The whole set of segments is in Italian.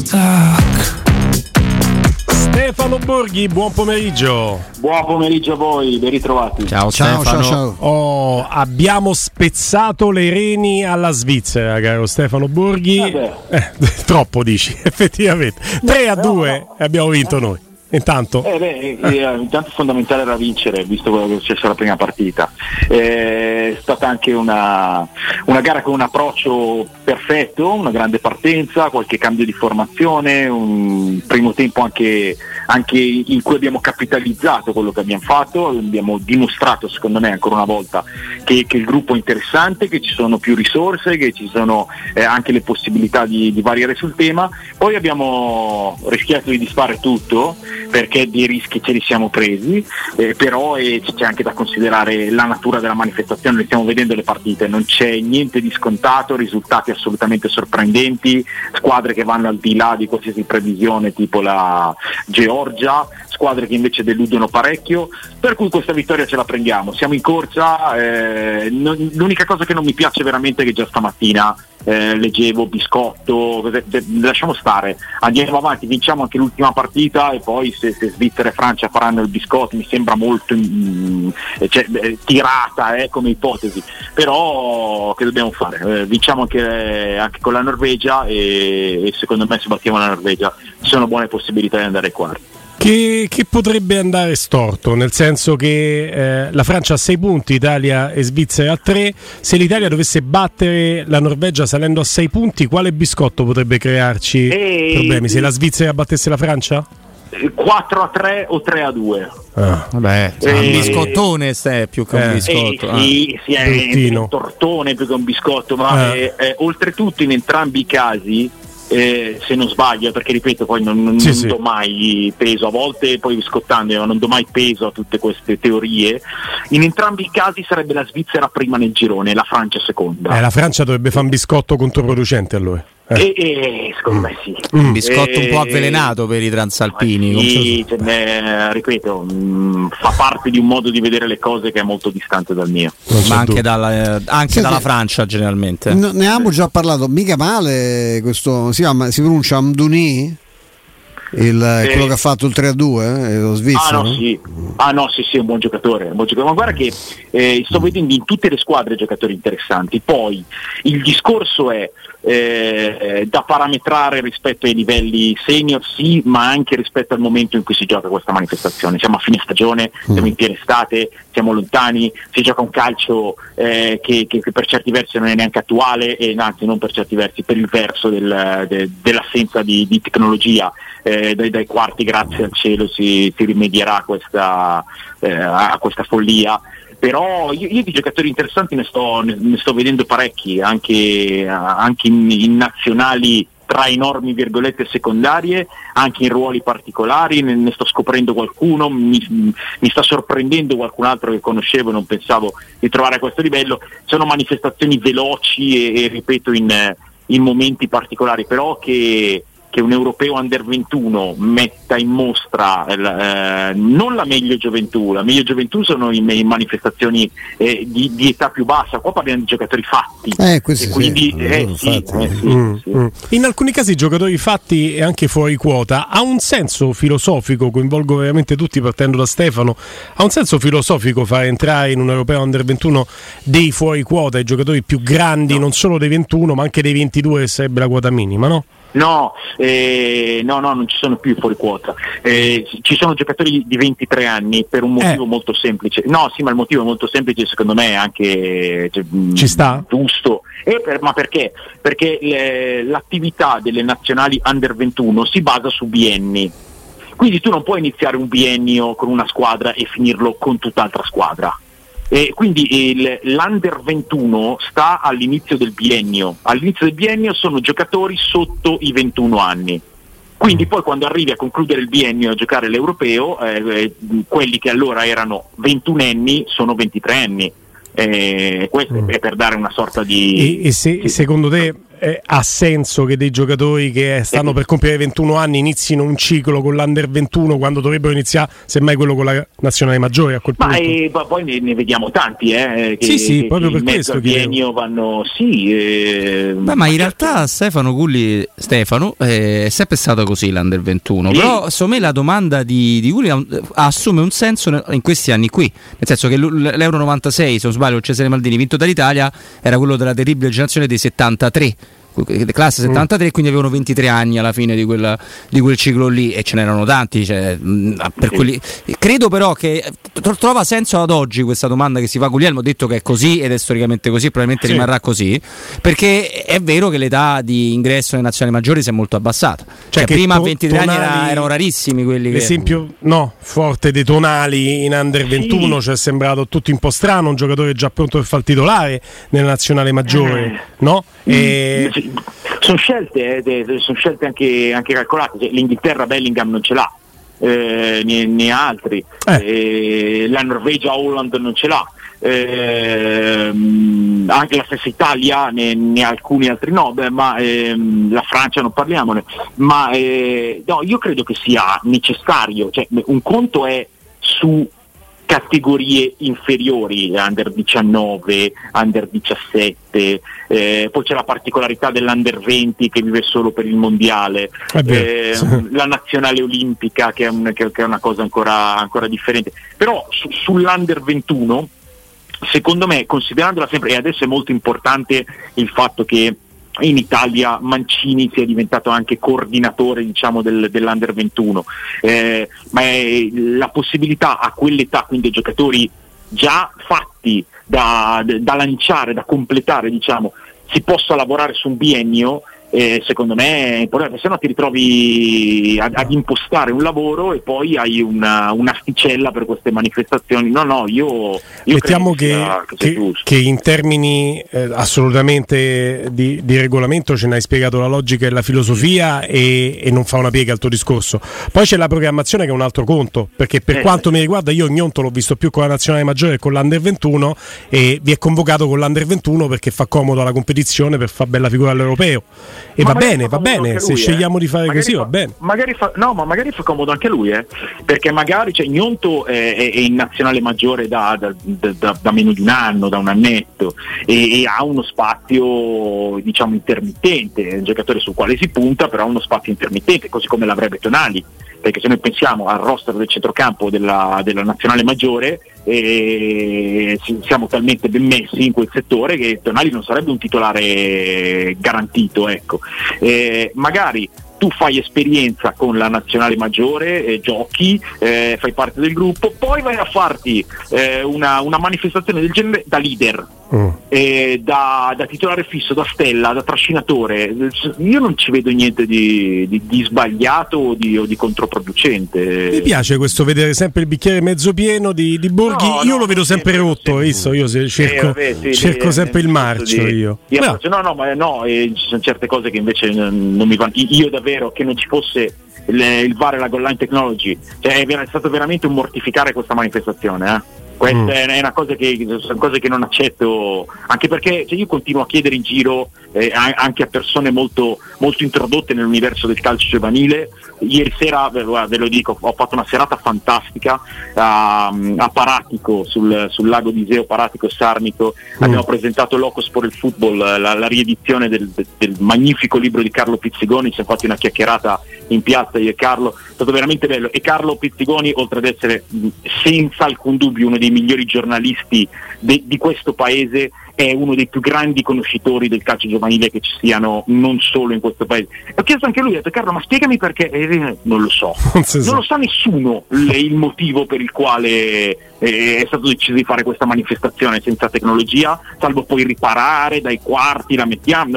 Stefano Borghi, buon pomeriggio. Buon pomeriggio a voi, ben ritrovati. Ciao Stefano. Ciao. Oh, abbiamo spezzato le reni alla Svizzera, caro Stefano Borghi. Troppo dici, effettivamente. 3-2 e abbiamo vinto noi. Intanto? Intanto fondamentale era vincere, visto quello che è successo alla prima partita. È stata anche una gara con un approccio perfetto, una grande partenza, qualche cambio di formazione, un primo tempo anche in cui abbiamo capitalizzato quello che abbiamo fatto, abbiamo dimostrato secondo me ancora una volta che il gruppo è interessante, che ci sono più risorse, che ci sono anche le possibilità di variare sul tema. Poi abbiamo rischiato di disfare tutto, perché dei rischi ce li siamo presi, però c'è anche da considerare la natura della manifestazione. Noi stiamo vedendo le partite, non c'è niente di scontato, risultati assolutamente sorprendenti, squadre che vanno al di là di qualsiasi previsione tipo la Georgia, squadre che invece deludono parecchio, per cui questa vittoria ce la prendiamo, siamo in corsa. L'unica cosa che non mi piace veramente è che già stamattina leggevo biscotto, lasciamo stare, andiamo avanti, vinciamo anche l'ultima partita e poi se Svizzera e Francia faranno il biscotto mi sembra molto tirata come ipotesi, però che dobbiamo fare? Vinciamo anche con la Norvegia e secondo me se battiamo la Norvegia ci sono buone possibilità di andare ai quarti. Che potrebbe andare storto, nel senso che la Francia ha 6 punti, Italia e Svizzera a 3. Se l'Italia dovesse battere la Norvegia salendo a 6 punti, quale biscotto potrebbe crearci problemi? Se la Svizzera battesse la Francia? 4-3 o 3-2. Vabbè, un biscottone più che un biscotto. Sì, è un tortone più che un biscotto, ma oltretutto in entrambi i casi, se non sbaglio, perché ripeto poi non do mai peso, a volte poi biscottando, ma non do mai peso a tutte queste teorie. In entrambi i casi sarebbe la Svizzera prima nel girone e la Francia seconda. La Francia dovrebbe fare un biscotto controproducente allora. Secondo me sì. Un biscotto un po' avvelenato per i transalpini. Sì, ripeto, fa parte di un modo di vedere le cose che è molto distante dal mio. Ma anche dalla Francia generalmente. Ne abbiamo già parlato, mica male questo, si pronuncia Amdouni? Quello che ha fatto il 3-2 lo Svizzera. Sì, un buon giocatore, ma guarda che sto vedendo in tutte le squadre giocatori interessanti. Poi il discorso è da parametrare rispetto ai livelli senior, sì, ma anche rispetto al momento in cui si gioca questa manifestazione. Siamo a fine stagione, siamo in piena estate, siamo lontani, si gioca un calcio che per certi versi non è neanche attuale, e anzi non per certi versi, per il verso dell'assenza di tecnologia. Dai quarti, grazie al cielo, si rimedierà a questa follia. Però io di giocatori interessanti ne sto vedendo parecchi, anche in nazionali tra enormi virgolette secondarie, anche in ruoli particolari, ne sto scoprendo qualcuno, mi sta sorprendendo qualcun altro che conoscevo e non pensavo di trovare a questo livello. Sono manifestazioni veloci e ripeto in momenti particolari, però che un europeo under 21 metta in mostra non la meglio gioventù sono in manifestazioni di età più bassa. Qua parliamo di giocatori fatti, quindi in alcuni casi giocatori fatti e anche fuori quota. Ha un senso filosofico, coinvolgo veramente tutti partendo da Stefano, ha un senso filosofico far entrare in un europeo under 21 dei fuori quota, i giocatori più grandi, non solo dei 21 ma anche dei 22, che sarebbe la quota minima, no? No, non ci sono più fuori quota. Ci sono giocatori di 23 anni per un motivo molto semplice. No, sì, ma il motivo è molto semplice, secondo me è anche ci sta? Giusto. Ma perché? Perché l'attività delle nazionali under 21 si basa su bienni. Quindi tu non puoi iniziare un biennio con una squadra e finirlo con tutt'altra squadra. Quindi l'Under 21 sta all'inizio del biennio. All'inizio del biennio sono giocatori sotto i 21 anni. Quindi poi quando arrivi a concludere il biennio e a giocare l'europeo, quelli che allora erano 21enni sono 23enni. Questo è per dare una sorta di... secondo te ha senso che dei giocatori che stanno per compiere 21 anni inizino un ciclo con l'Under 21 quando dovrebbero iniziare semmai quello con la nazionale maggiore a quel punto. Ma poi ne vediamo tanti che proprio per questo al biennio vanno ma in realtà Stefano Gulli è sempre stato così l'Under 21, però secondo me la domanda di Gulli assume un senso in questi anni qui, nel senso che l'Euro 96, se non sbaglio, Cesare Maldini vinto dall'Italia, era quello della terribile generazione dei 73, classe 73, quindi avevano 23 anni alla fine di quel ciclo lì, e ce n'erano tanti, per quelli. Credo però che trova senso ad oggi questa domanda che si fa. Guglielmo ha detto che è così ed è storicamente così, probabilmente rimarrà così, perché è vero che l'età di ingresso nelle nazionali maggiori si è molto abbassata, cioè prima a 23 anni erano rarissimi quelli l'esempio forte dei Tonali in Under 21 ci è sembrato tutto un po' strano, un giocatore già pronto per far titolare nella nazionale maggiore, no? Sono scelte anche calcolate. L'Inghilterra Bellingham non ce l'ha, né altri, la Norvegia Holland non ce l'ha, anche la stessa Italia ne alcuni altri no, ma la Francia non parliamone, ma no, io credo che sia necessario, cioè, un conto è su categorie inferiori, Under 19, Under 17, poi c'è la particolarità dell'Under 20 che vive solo per il mondiale, la nazionale olimpica che è una cosa ancora differente, però sull'Under 21 secondo me, considerandola sempre, e adesso è molto importante il fatto che in Italia Mancini sia diventato anche coordinatore, diciamo, dell'Under 21, ma la possibilità a quell'età, quindi ai giocatori già fatti da lanciare, da completare, diciamo, si possa lavorare su un biennio, secondo me è importante, se no ti ritrovi ad impostare un lavoro e poi hai un'asticella per queste manifestazioni. Io mettiamo che in termini assolutamente di regolamento ce ne hai spiegato la logica e la filosofia, e non fa una piega al tuo discorso. Poi c'è la programmazione che è un altro conto, perché per quanto mi riguarda io Gnonto l'ho visto più con la nazionale maggiore che con l'Under 21, e vi è convocato con l'Under 21 perché fa comodo alla competizione, per far bella figura all'europeo. E va bene, se scegliamo di fare così va bene. Magari fa comodo anche lui, perché magari Gnonto è in nazionale maggiore da meno di un anno, da un annetto, e ha uno spazio, diciamo, intermittente, è un giocatore sul quale si punta, però ha uno spazio intermittente, così come l'avrebbe Tonali, perché se noi pensiamo al roster del centrocampo della nazionale maggiore, siamo talmente ben messi in quel settore che Tonali non sarebbe un titolare garantito, ecco. Magari tu fai esperienza con la nazionale maggiore, giochi, fai parte del gruppo, poi vai a farti una manifestazione del genere da leader, da titolare fisso, da stella, da trascinatore. Io non ci vedo niente di sbagliato o di controproducente. Mi piace questo, vedere sempre il bicchiere mezzo pieno di Borghi. Io lo vedo sempre rotto, visto? Io cerco sempre il marcio. Ci sono certe cose che invece non mi vanno. Io davvero che non ci fosse il VAR e la goal line technology, cioè è stato veramente un mortificare questa manifestazione, Questa è una cosa sono cose che non accetto, anche perché io continuo a chiedere in giro, anche a persone molto, molto introdotte nell'universo del calcio giovanile. Ieri sera, ve lo dico, ho fatto una serata fantastica a Paratico, sul lago di Iseo, Paratico e Sarnico. Abbiamo presentato Locos por il Football, la riedizione del magnifico libro di Carlo Pizzigoni. Ci siamo fatti una chiacchierata in piazza io e Carlo, è stato veramente bello. E Carlo Pizzigoni, oltre ad essere senza alcun dubbio uno dei migliori giornalisti di questo paese, è uno dei più grandi conoscitori del calcio giovanile che ci siano, non solo in questo paese. Ho chiesto anche lui, ho detto: Carlo, ma spiegami perché. Non lo so, non lo sa nessuno il motivo per il quale è stato deciso di fare questa manifestazione senza tecnologia, salvo poi riparare dai quarti, la mettiamo,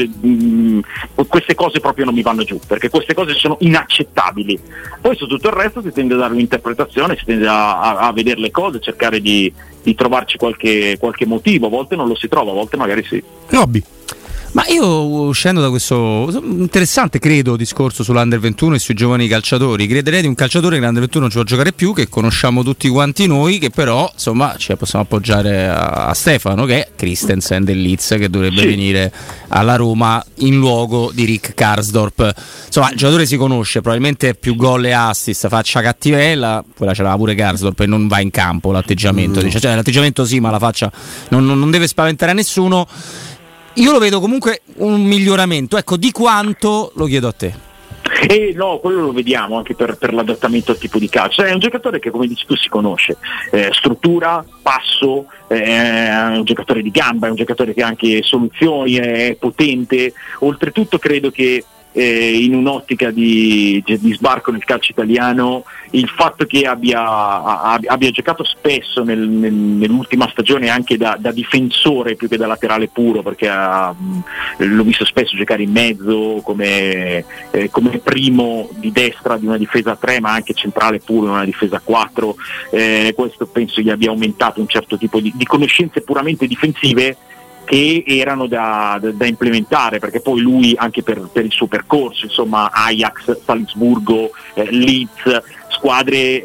queste cose proprio non mi vanno giù, perché queste cose sono inaccettabili. Poi su tutto il resto si tende a dare un'interpretazione, si tende a vedere le cose, cercare di trovarci qualche motivo. A volte non lo si trova, a volte magari sì. Robby. Ma io, uscendo da questo interessante, credo, discorso sull'Under 21 e sui giovani calciatori, crederei di un calciatore che l'Under 21 non ci può giocare più, che conosciamo tutti quanti noi, che però insomma ci possiamo appoggiare a Stefano, che è Christensen del Leeds, che dovrebbe venire alla Roma in luogo di Rick Karsdorp. Insomma, il giocatore si conosce, probabilmente più gol e assist, faccia cattivella, quella ce l'aveva pure Karsdorp e non va in campo l'atteggiamento, cioè l'atteggiamento sì, ma la faccia non deve spaventare nessuno. Io lo vedo comunque un miglioramento, ecco, di quanto lo chiedo a te. No, quello lo vediamo anche per l'adattamento al tipo di calcio. È un giocatore che, come dici tu, si conosce, struttura, passo, è un giocatore di gamba, è un giocatore che ha anche soluzioni, è potente. Oltretutto credo che in un'ottica di sbarco nel calcio italiano, il fatto che abbia giocato spesso nell'ultima stagione anche da difensore più che da laterale puro, perché l'ho visto spesso giocare in mezzo come primo di destra di una difesa a 3, ma anche centrale puro in una difesa a 4. Questo penso gli abbia aumentato un certo tipo di conoscenze puramente difensive che erano da implementare, perché poi lui anche per il suo percorso, insomma, Ajax, Salisburgo, Leeds, squadre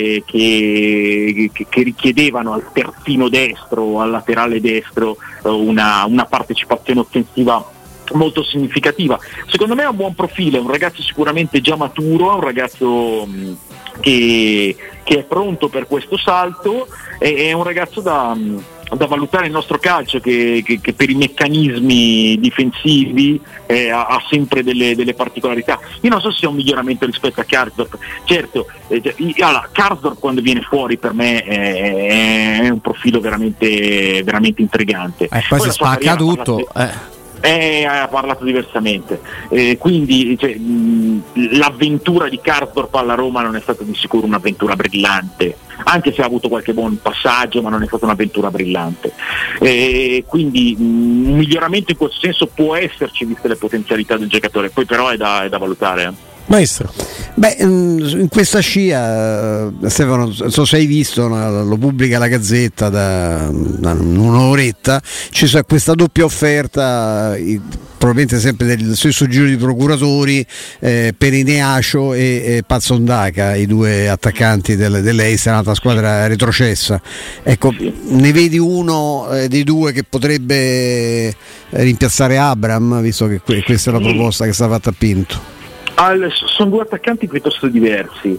che richiedevano al terzino destro, al laterale destro una partecipazione offensiva molto significativa. Secondo me ha un buon profilo, è un ragazzo sicuramente già maturo, è un ragazzo che è pronto per questo salto, è un ragazzo da valutare il nostro calcio che per i meccanismi difensivi ha sempre delle particolarità. Io non so se sia un miglioramento rispetto a Karsdorp. Certo, allora, Karsdorp quando viene fuori per me è un profilo veramente, veramente intrigante. Poi si spacca tutto. Ha parlato diversamente, quindi l'avventura di Karsdorp alla Roma non è stata di sicuro un'avventura brillante, anche se ha avuto qualche buon passaggio, ma non è stata un'avventura brillante, quindi un miglioramento in questo senso può esserci viste le potenzialità del giocatore, poi però è da valutare. Maestro. Beh, in questa scia, Stefano, non so se hai visto, lo pubblica la Gazzetta da un'oretta, ci sarà questa doppia offerta, probabilmente sempre del stesso giro di procuratori, per Ineacio e Pazzondaca, i due attaccanti dell'Eister, un'altra squadra retrocessa. Ecco, ne vedi uno dei due che potrebbe rimpiazzare Abram, visto che questa è la proposta che è stata fatta a Pinto? Sono due attaccanti piuttosto diversi,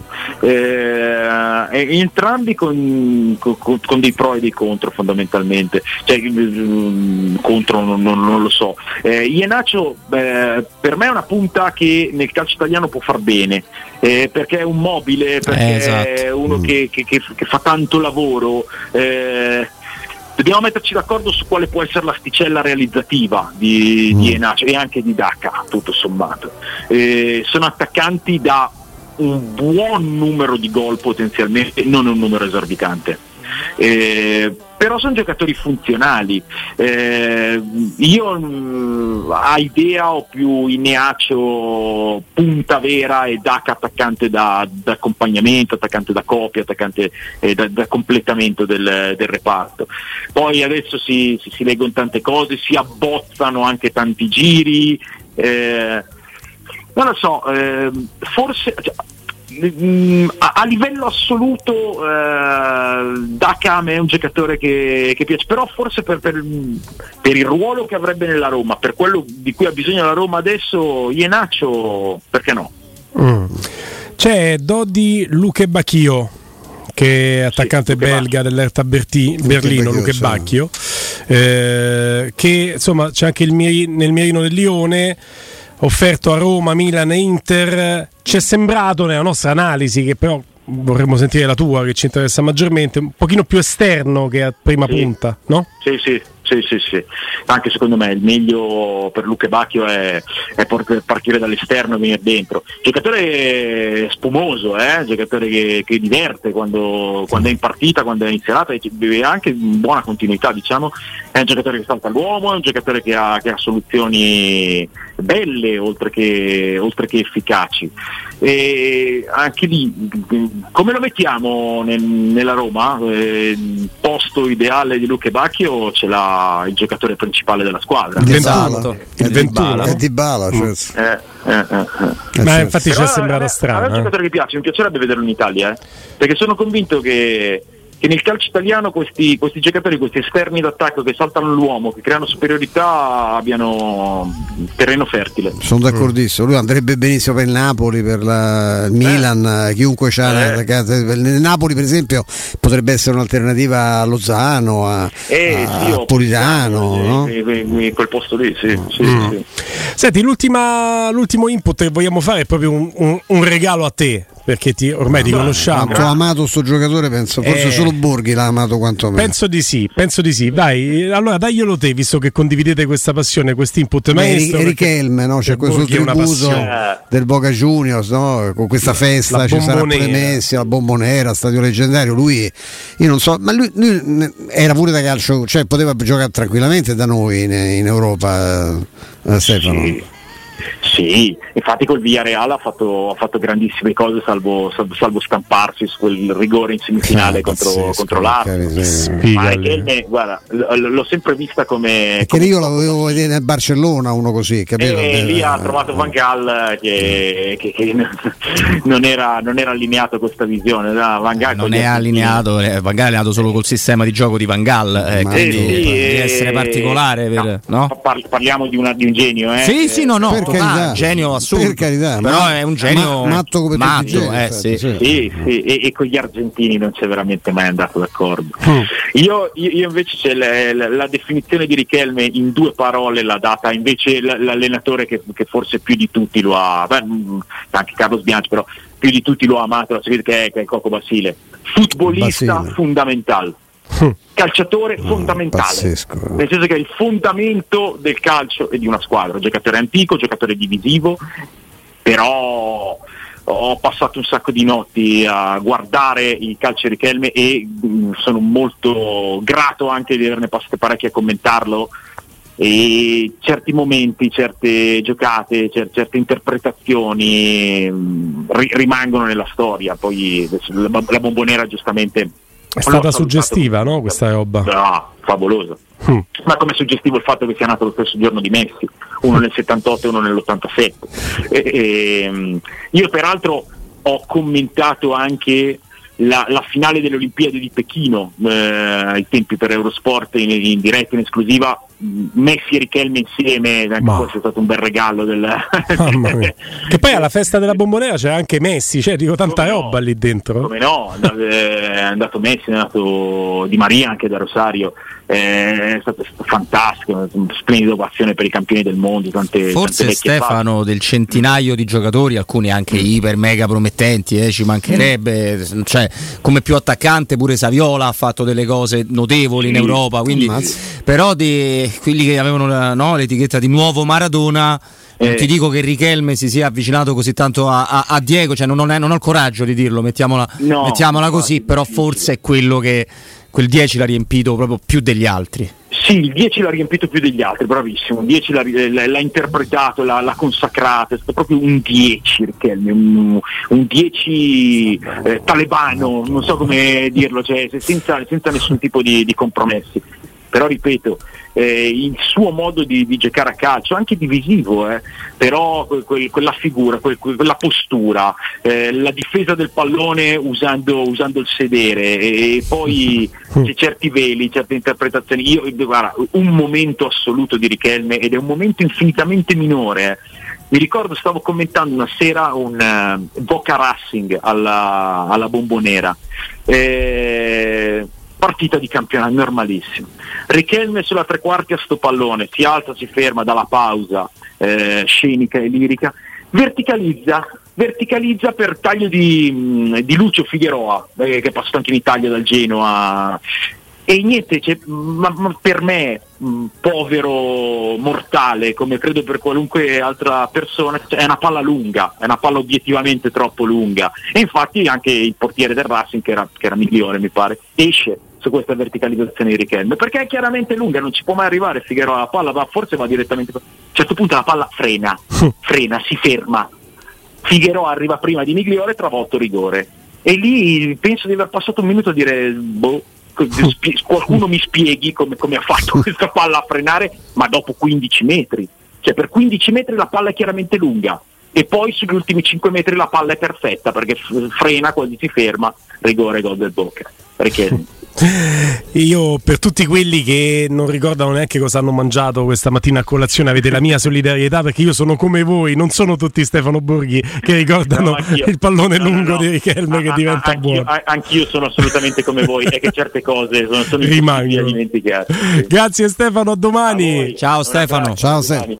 entrambi con dei pro e dei contro fondamentalmente, contro non lo so. Iheanacho per me è una punta che nel calcio italiano può far bene, perché è un mobile, perché è uno che fa tanto lavoro. Dobbiamo metterci d'accordo su quale può essere l'asticella realizzativa di Iheanacho e anche di Daka, tutto sommato. Sono attaccanti da un buon numero di gol potenzialmente, non un numero esorbitante. Però sono giocatori funzionali. Io a idea ho più Iheanacho punta vera e Daka attaccante da accompagnamento, attaccante da coppia, attaccante da completamento del reparto. Poi adesso si leggono tante cose, si abbozzano anche tanti giri, non lo so, forse a livello assoluto Daka è un giocatore che piace, però forse per il ruolo che avrebbe nella Roma, per quello di cui ha bisogno la Roma adesso, Iheanacho, perché no? C'è Dodi Lukebakio, che è attaccante belga dell'Hertha Berlino, Lukebakio, che insomma c'è anche nel mirino del Lione, offerto a Roma, Milan e Inter. Ci è sembrato nella nostra analisi, che però vorremmo sentire la tua, che ci interessa maggiormente, un pochino più esterno che a prima punta, no? Sì. Anche secondo me il meglio per Lukebakio è partire dall'esterno e venire dentro. Giocatore spumoso, giocatore che diverte quando è in partita, quando è in serata, e anche in buona continuità, diciamo. È un giocatore che salta l'uomo, è un giocatore che ha soluzioni belle oltre che efficaci. E anche lì come lo mettiamo nella Roma? Posto ideale di Lukebakio ce l'ha il giocatore principale della squadra. Il 21. È Dybala, Ma infatti ci è sembrato strano. È un giocatore che piace, mi piacerebbe vederlo in Italia, perché sono convinto che nel calcio italiano questi giocatori, questi esterni d'attacco che saltano l'uomo, che creano superiorità, abbiano terreno fertile. Sono d'accordissimo, lui andrebbe benissimo per il Napoli, per il Milan, chiunque c'ha il Napoli per esempio potrebbe essere un'alternativa a Lozano, a Politano, no? Quel posto lì, sì. Senti, l'ultimo input che vogliamo fare è proprio un regalo a te, perché ormai ti conosciamo. Quanto ho amato sto giocatore, penso forse solo Borghi l'ha amato quanto me. Penso di sì. Vai, allora daglielo te, visto che condividete questa passione, questo input maestro. Richelme, no? C'è questo tributo del Boca Juniors, no? Con questa festa ci sarà pure Messi, la Bombonera, stadio leggendario. Lui, io non so, ma lui era pure da calcio, cioè poteva giocare tranquillamente da noi in Europa, Stefano. Sì, infatti col Villarreal ha fatto grandissime cose, salvo scamparsi su quel rigore in semifinale contro l'Arsenal. Guarda, l'ho sempre vista come io l'avevo vedere nel Barcellona uno così, capito? Lì ha trovato Van Gaal che non era allineato a questa visione. Van Gaal non è allineato, Van Gaal è allineato solo col sistema di gioco di Van Gaal, quindi deve essere particolare no? Parliamo di un genio, Sì, no, per carità, genio assurdo, per carità, però è un genio matto come sì, e con gli argentini non c'è veramente mai andato d'accordo. Io invece c'è la definizione di Richelme in 2 parole l'ha data invece l'allenatore che forse più di tutti lo ha, anche Carlos Bianchi, però più di tutti lo ha amato, che è Coco Basile, futbolista fondamentale. Calciatore fondamentale, pazzesco. Nel senso che è il fondamento del calcio e di una squadra, giocatore antico, giocatore divisivo, però ho passato un sacco di notti a guardare il calcio di Richelme e sono molto grato anche di averne passate parecchie a commentarlo, e certi momenti, certe giocate, certe interpretazioni rimangono nella storia. Poi la Bombonera giustamente è stata suggestiva, no? Questa roba. Favolosa. Ma come suggestivo il fatto che sia nato lo stesso giorno di Messi, uno nel 78 e uno nell'87. Io peraltro ho commentato anche la finale delle Olimpiadi di Pechino, ai tempi per Eurosport in diretta, in esclusiva, Messi e Richelme insieme, anche questo è stato un bel regalo che poi alla festa della Bombonera c'è anche Messi, cioè dico tanta roba lì dentro. Come no, è andato Messi, è andato Di Maria anche da Rosario, è stato fantastico, splendida ovazione per i campioni del mondo, forse Stefano del centinaio di giocatori, alcuni anche iper mega promettenti, ci mancherebbe, cioè come più attaccante pure Saviola ha fatto delle cose notevoli in Europa, quindi però quelli che avevano l'etichetta di nuovo Maradona, non ti dico che Richelme si sia avvicinato così tanto a Diego, cioè non ho il coraggio di dirlo, mettiamola così, però forse è quello che quel 10 l'ha riempito proprio più degli altri. Sì, il 10 l'ha riempito più degli altri, bravissimo. Il 10 l'ha interpretato, l'ha consacrato, è stato proprio un 10 Richelme, un 10 talebano, non so come dirlo, cioè senza nessun tipo di compromessi. Però ripeto, il suo modo di giocare a calcio, anche divisivo, però quella figura, quella postura, la difesa del pallone usando il sedere, e poi certi veli, certe interpretazioni. Guarda, un momento assoluto di Richelme, ed è un momento infinitamente minore. Mi ricordo, stavo commentando una sera un Boca Racing alla Bombonera, partita di campionato normalissimo. Richelme sulla tre quarti a sto pallone, si alza, si ferma dalla pausa scenica e lirica, verticalizza per taglio di Lucio Figueroa, che è passato anche in Italia dal Genoa, e niente, ma per me, povero mortale, come credo per qualunque altra persona, è una palla lunga, è una palla obiettivamente troppo lunga, e infatti anche il portiere del Racing, che era Migliore mi pare, esce su questa verticalizzazione di Richelme, perché è chiaramente lunga, non ci può mai arrivare Figueroa, la palla forse va direttamente, a un certo punto la palla frena, si ferma, Figueroa arriva prima di Migliore, travolto rigore, e lì penso di aver passato un minuto a dire qualcuno mi spieghi come ha fatto questa palla a frenare, ma dopo 15 metri, cioè per 15 metri la palla è chiaramente lunga e poi sugli ultimi 5 metri la palla è perfetta perché frena quando si ferma, rigore, gol del Boca. Perché io, per tutti quelli che non ricordano neanche cosa hanno mangiato questa mattina a colazione, avete la mia solidarietà, perché io sono come voi, non sono tutti Stefano Borghi che ricordano il pallone lungo di Richelme che diventa buono. Anch'io sono assolutamente come voi, è che certe cose sono rimangono dimenticate. Grazie Stefano, a domani. Ciao Stefano. Ciao Stefano.